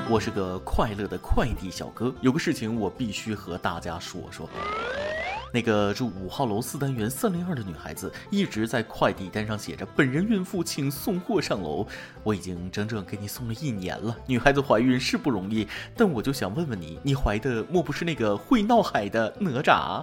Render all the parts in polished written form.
我是个快乐的快递小哥，有个事情我必须和大家说说。那个住5号楼4单元302的女孩子一直在快递单上写着本人孕妇请送货上楼，我已经整整给你送了1年了。女孩子怀孕是不容易，但我就想问问你，你怀的莫不是那个会闹海的哪吒？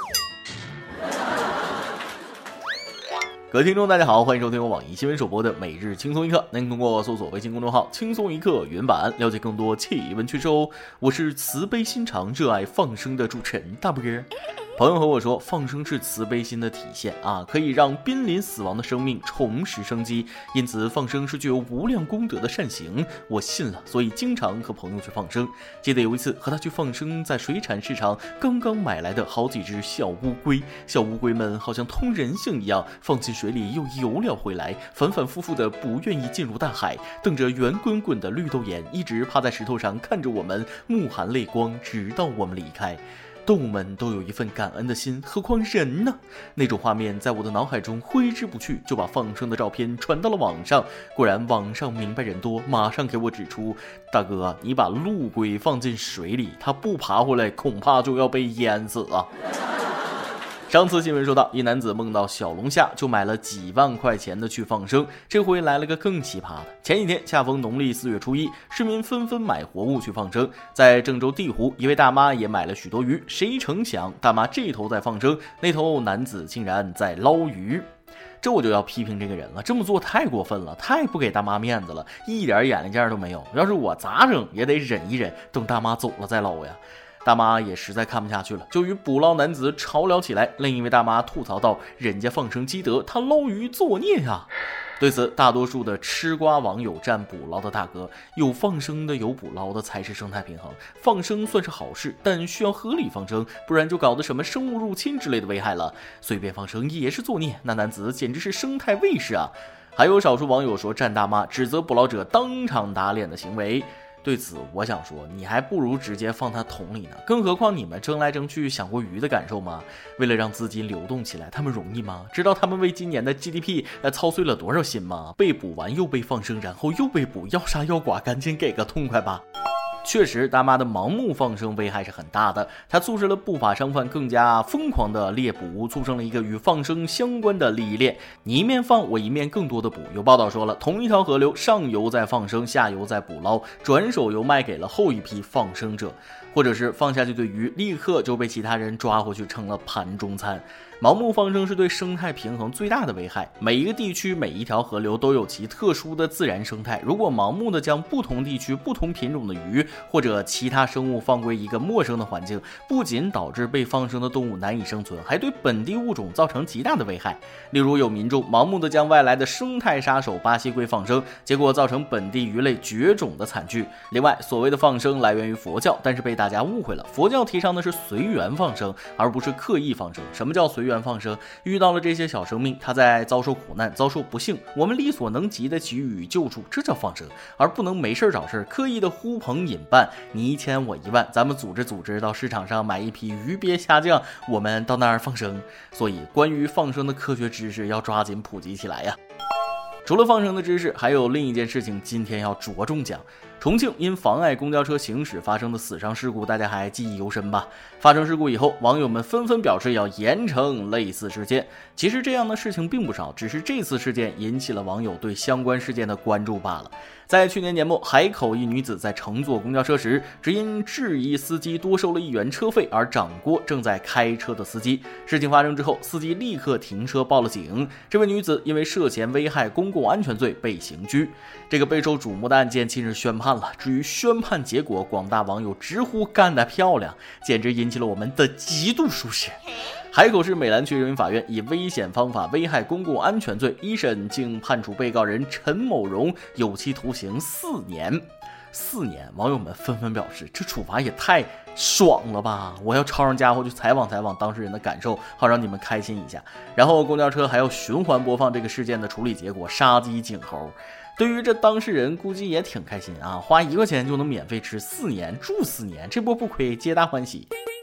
各位听众大家好，欢迎收听由网易新闻首播的每日轻松一刻，您通过搜索微信公众号轻松一刻原版了解更多奇闻趣事哦。我是慈悲心肠热爱放生的主持人大波哥。朋友和我说，放生是慈悲心的体现啊，可以让濒临死亡的生命重拾生机，因此放生是具有无量功德的善行。我信了，所以经常和朋友去放生。记得有一次和他去放生，在水产市场刚刚买来的好几只小乌龟，小乌龟们好像通人性一样，放进水里又游了回来，反反复复的不愿意进入大海，瞪着圆滚滚的绿豆眼，一直趴在石头上看着我们，目含泪光，直到我们离开。动物们都有一份感恩的心，何况人呢？那种画面在我的脑海中挥之不去，就把放生的照片传到了网上。果然网上明白人多，马上给我指出，大哥，你把陆龟放进水里，它不爬回来恐怕就要被淹死了。上次新闻说到，一男子梦到小龙虾，就买了几万块钱的去放生。这回来了个更奇葩的，前几天恰逢农历4月初1，市民纷纷买活物去放生。在郑州地湖，一位大妈也买了许多鱼，谁成想大妈这头在放生，那头男子竟然在捞鱼。这我就要批评这个人了，这么做太过分了，太不给大妈面子了，一点眼力见都没有。要是我咋整也得忍一忍，等大妈走了再捞呀。大妈也实在看不下去了，就与捕捞男子吵了起来。另一位大妈吐槽道，人家放生积德，他捞鱼作孽呀。对此，大多数的吃瓜网友站捕捞的大哥，有放生的有捕捞的才是生态平衡。放生算是好事，但需要合理放生，不然就搞得什么生物入侵之类的危害了。随便放生也是作孽，那男子简直是生态卫士啊。还有少数网友说站大妈，指责捕捞者当场打脸的行为。对此我想说，你还不如直接放他桶里呢，更何况你们争来争去想过鱼的感受吗？为了让资金流动起来，他们容易吗？知道他们为今年的 GDP 操碎了多少心吗？被捕完又被放生，然后又被捕，要杀要剐，赶紧给个痛快吧。确实，大妈的盲目放生危害是很大的，它促使了不法商贩更加疯狂的猎捕，促成了一个与放生相关的利益链。你一面放，我一面更多的捕。有报道说了，同一条河流，上游在放生，下游在捕捞，转手又卖给了后一批放生者，或者是放下去的鱼立刻就被其他人抓回去成了盘中餐。盲目放生是对生态平衡最大的危害。每一个地区每一条河流都有其特殊的自然生态，如果盲目的将不同地区不同品种的鱼或者其他生物放归一个陌生的环境，不仅导致被放生的动物难以生存，还对本地物种造成极大的危害。例如有民众盲目的将外来的生态杀手巴西龟放生，结果造成本地鱼类绝种的惨剧。另外，所谓的放生来源于佛教，但是被大家误会了，佛教提倡的是随缘放生，而不是刻意放生。什么叫随缘放生？遇到了这些小生命，他在遭受苦难遭受不幸，我们力所能及的给予救助，这叫放生，而不能没事找事刻意的呼朋引伴，你1000我1万，咱们组织到市场上买一批鱼鳖虾酱，我们到那儿放生。所以关于放生的科学知识要抓紧普及起来呀。除了放生的知识，还有另一件事情今天要着重讲。重庆因妨碍公交车行驶发生的死伤事故，大家还记忆犹深吧？发生事故以后，网友们纷纷表示要严惩类似事件。其实这样的事情并不少，只是这次事件引起了网友对相关事件的关注罢了。在去年年末，海口一女子在乘坐公交车时，只因质疑司机多收了1元车费而掌掴正在开车的司机。事情发生之后，司机立刻停车报了警。这位女子因为涉嫌危害公共安全罪被刑拘。这个备受瞩目的案件近日宣判了。至于宣判结果，广大网友直呼干得漂亮，简直引起了我们的极度舒适。海口市美兰区人民法院以危险方法危害公共安全罪一审竟判处被告人陈某荣有期徒刑4年。4年，网友们纷纷表示，这处罚也太爽了吧！我要抄上家伙去采访当事人的感受，好让你们开心一下。然后公交车还要循环播放这个事件的处理结果，杀鸡儆猴。对于这当事人估计也挺开心啊，花1块钱就能免费吃4年住4年，这波不亏皆大欢喜。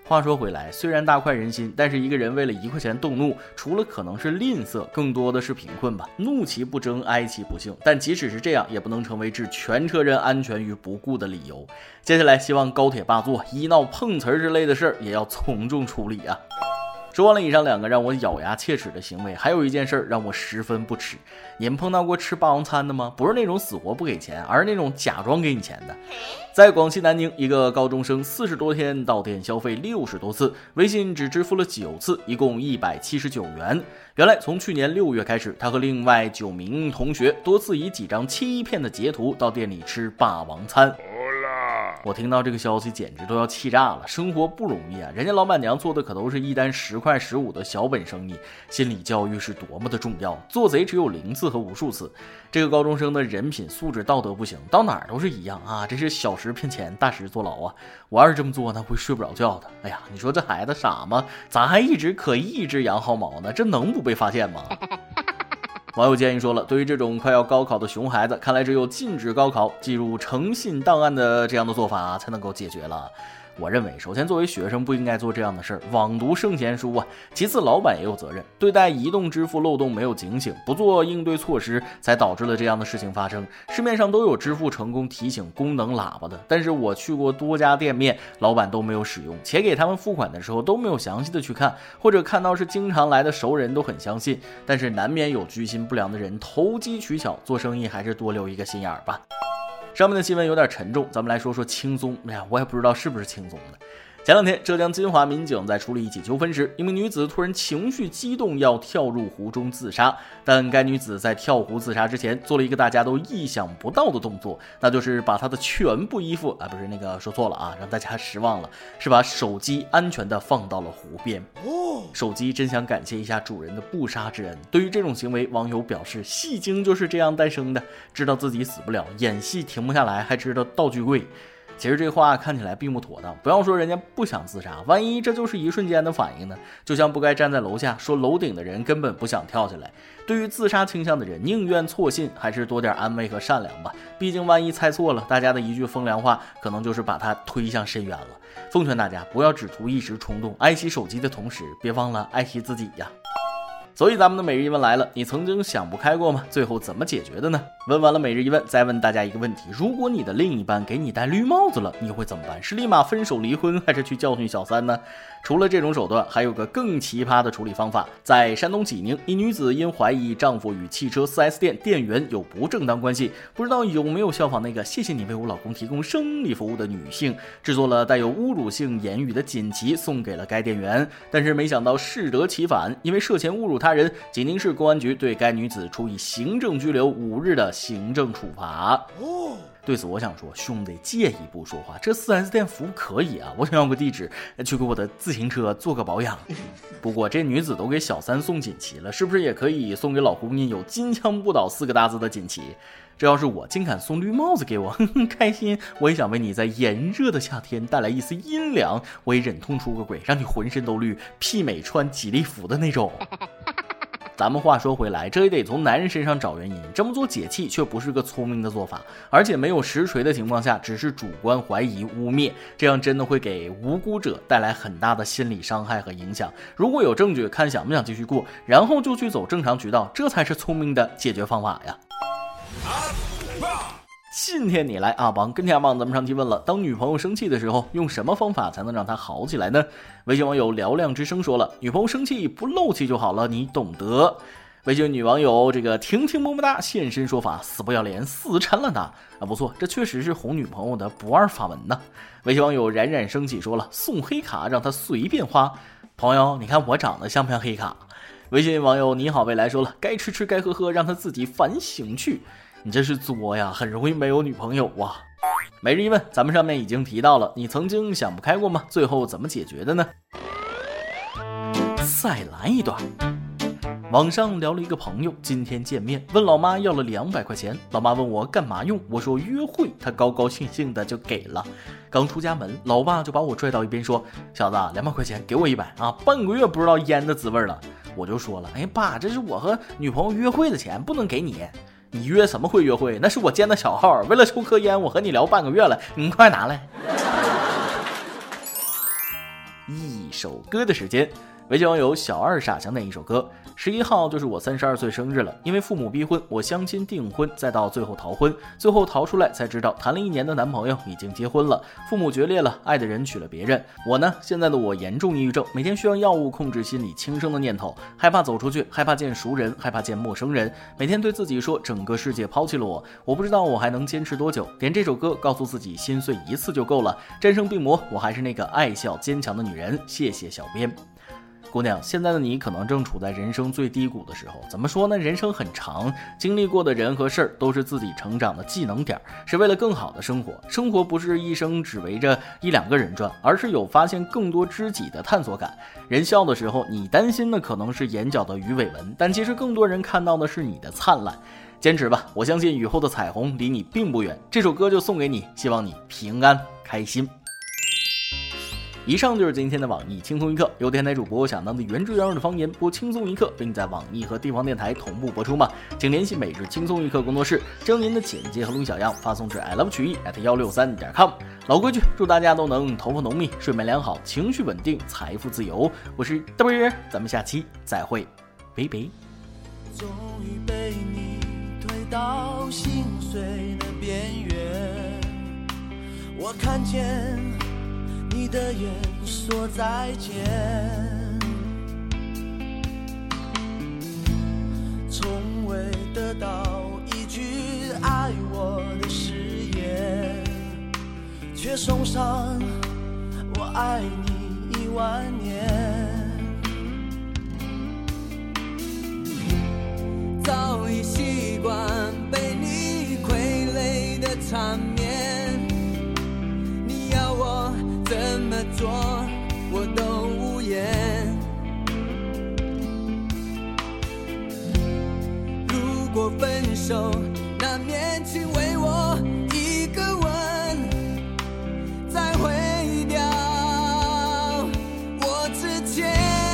话说回来，虽然大快人心，但是一个人为了1块钱动怒，除了可能是吝啬，更多的是贫困吧。怒其不争，哀其不幸，但即使是这样，也不能成为置全车人安全于不顾的理由。接下来希望高铁霸座、医闹碰瓷之类的事儿也要从重处理啊。说完了以上2个让我咬牙切齿的行为，还有一件事让我十分不耻。你们碰到过吃霸王餐的吗？不是那种死活不给钱，而是那种假装给你钱的。在广西南宁，一个高中生40多天到店消费60多次，微信只支付了9次，一共179元。原来从去年6月开始，他和另外9名同学多次以几张切片的截图到店里吃霸王餐。我听到这个消息简直都要气炸了，生活不容易啊，人家老板娘做的可都是一单10块15的小本生意，心理教育是多么的重要，做贼只有0次和无数次。这个高中生的人品素质道德不行，到哪儿都是一样啊，这是小时骗钱大时坐牢啊，我要是这么做呢会睡不着觉的。哎呀，你说这孩子傻吗？咋还一直可一只羊薅毛呢？这能不被发现吗？网友建议说了，对于这种快要高考的熊孩子，看来只有禁止高考、记入诚信档案的这样的做法才能够解决了。我认为，首先作为学生不应该做这样的事儿，枉读圣贤书啊。其次，老板也有责任，对待移动支付漏洞没有警醒，不做应对措施，才导致了这样的事情发生。市面上都有支付成功提醒功能喇叭的，但是我去过多家店面，老板都没有使用，且给他们付款的时候都没有详细的去看，或者看到是经常来的熟人都很相信，但是难免有居心不良的人投机取巧，做生意还是多留一个心眼儿吧。上面的新闻有点沉重，咱们来说说轻松。我也不知道是不是轻松的。前2天，浙江金华民警在处理一起纠纷时，一名女子突然情绪激动，要跳入湖中自杀。但该女子在跳湖自杀之前，做了一个大家都意想不到的动作，那就是把她的全部衣服说错了啊，让大家失望了，是把手机安全的放到了湖边。手机真想感谢一下主人的不杀之恩。对于这种行为，网友表示，戏精就是这样诞生的，知道自己死不了，演戏停不下来，还知道道具贵。其实这话看起来并不妥当，不要说人家不想自杀，万一这就是一瞬间的反应呢？就像不该站在楼下说楼顶的人根本不想跳下来。对于自杀倾向的人，宁愿错信，还是多点安慰和善良吧。毕竟万一猜错了，大家的一句风凉话，可能就是把他推向深渊了。奉劝大家不要只图一时冲动，爱惜手机的同时，别忘了爱惜自己呀。所以咱们的每日一问来了，你曾经想不开过吗？最后怎么解决的呢？问完了每日一问，再问大家一个问题，如果你的另一半给你戴绿帽子了，你会怎么办？是立马分手离婚，还是去教训小三呢？除了这种手段，还有个更奇葩的处理方法。在山东济宁，一女子因怀疑丈夫与汽车 4S 店店员有不正当关系，不知道有没有效仿那个谢谢你为我老公提供生理服务的女性，制作了带有侮辱性言语的锦旗送给了该店员。但是没想到适得其反，因为涉嫌侮辱他人，济宁市公安局对该女子处以行政拘留5日的行政处罚。对此我想说，兄弟借一步说话，这 4S 店服务可以啊，我想要个地址去给我的自行车做个保养。不过这女子都给小三送锦旗了，是不是也可以送给老公印有金枪不倒4个大字的锦旗？这要是我竟敢送绿帽子给我，开心，我也想为你在炎热的夏天带来一丝阴凉，我也忍痛出个轨，让你浑身都绿，媲美穿吉利服的那种。咱们话说回来，这也得从男人身上找原因，这么做解气却不是个聪明的做法，而且没有实锤的情况下，只是主观怀疑污蔑，这样真的会给无辜者带来很大的心理伤害和影响。如果有证据，看想不想继续过，然后就去走正常渠道，这才是聪明的解决方法呀。今天你来阿邦跟天阿邦，咱们上期问了，当女朋友生气的时候，用什么方法才能让她好起来呢？微信网友嘹亮之声说了，女朋友生气不漏气就好了，你懂得。微信女网友这个婷婷么么哒现身说法，死不要脸，死缠烂打啊！不错，这确实是哄女朋友的不二法门呢。微信网友冉冉升起说了，送黑卡让她随便花。朋友，你看我长得像不像黑卡？微信网友你好未来说了，该吃吃该喝喝，让她自己反省去。你这是作呀，很容易没有女朋友啊。每日一问，咱们上面已经提到了，你曾经想不开过吗？最后怎么解决的呢？再来一段。网上聊了一个朋友，今天见面，问老妈要了200块钱，老妈问我干嘛用，我说约会，她高高兴兴的就给了。刚出家门，老爸就把我拽到一边说，小子200块钱给我100啊，半个月不知道烟的滋味了。我就说了，哎爸，这是我和女朋友约会的钱，不能给你。你约什么会约会？那是我兼的小号，为了抽颗烟，我和你聊半个月了，你快拿来。 一首歌的时间。微信网友小二傻想点一首歌，11号就是我32岁生日了，因为父母逼婚，我相亲订婚，再到最后逃婚，最后逃出来才知道谈了1年的男朋友已经结婚了，父母决裂了，爱的人娶了别人。我呢，现在的我严重抑郁症，每天需要药物控制心里轻生的念头，害怕走出去，害怕见熟人，害怕见陌生人，每天对自己说整个世界抛弃了我，我不知道我还能坚持多久。点这首歌告诉自己心碎一次就够了，战胜病魔，我还是那个爱笑坚强的女人。谢谢小编。姑娘，现在的你可能正处在人生最低谷的时候。怎么说呢？人生很长，经历过的人和事儿都是自己成长的技能点，是为了更好的生活。生活不是一生只围着1、2个人转，而是有发现更多知己的探索感。人笑的时候，你担心的可能是眼角的鱼尾纹，但其实更多人看到的是你的灿烂。坚持吧，我相信雨后的彩虹离你并不远。这首歌就送给你，希望你平安开心。以上就是今天的网易轻松一刻，由电台主播想当的原汁原味的方言播轻松一刻，并在网易和地方电台同步播出吗？请联系每日轻松一刻工作室，将您的简介和录音小样发送至 i love 曲艺 @163.com。老规矩，祝大家都能头发浓密，睡眠良好，情绪稳定，财富自由。我是大波儿，咱们下期再会，拜拜。 终于被你推到心碎的边缘，我看见你的眼说再见，从未得到一句爱我的誓言，却送上我爱你10000年。早已习惯被你傀儡的场面，你要我怎么做我都无言。如果分手难免，请为我一个吻，再毁掉我之前。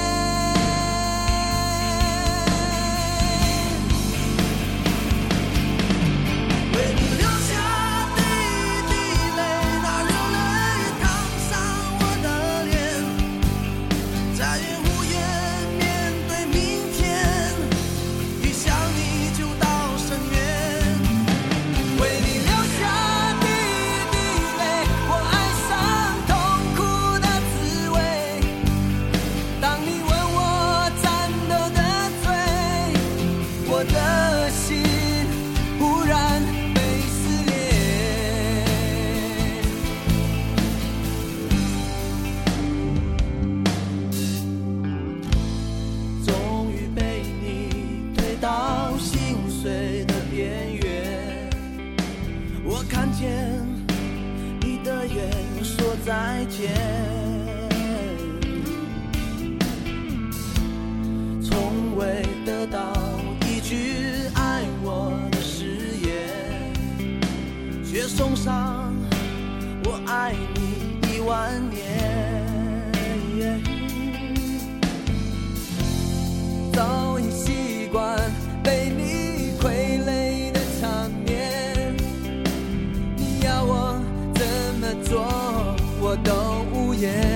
再见，从未得到一句爱我的誓言，却送上我爱你10000年。早已习惯被你傀儡的场面，你要我怎么做我都无言。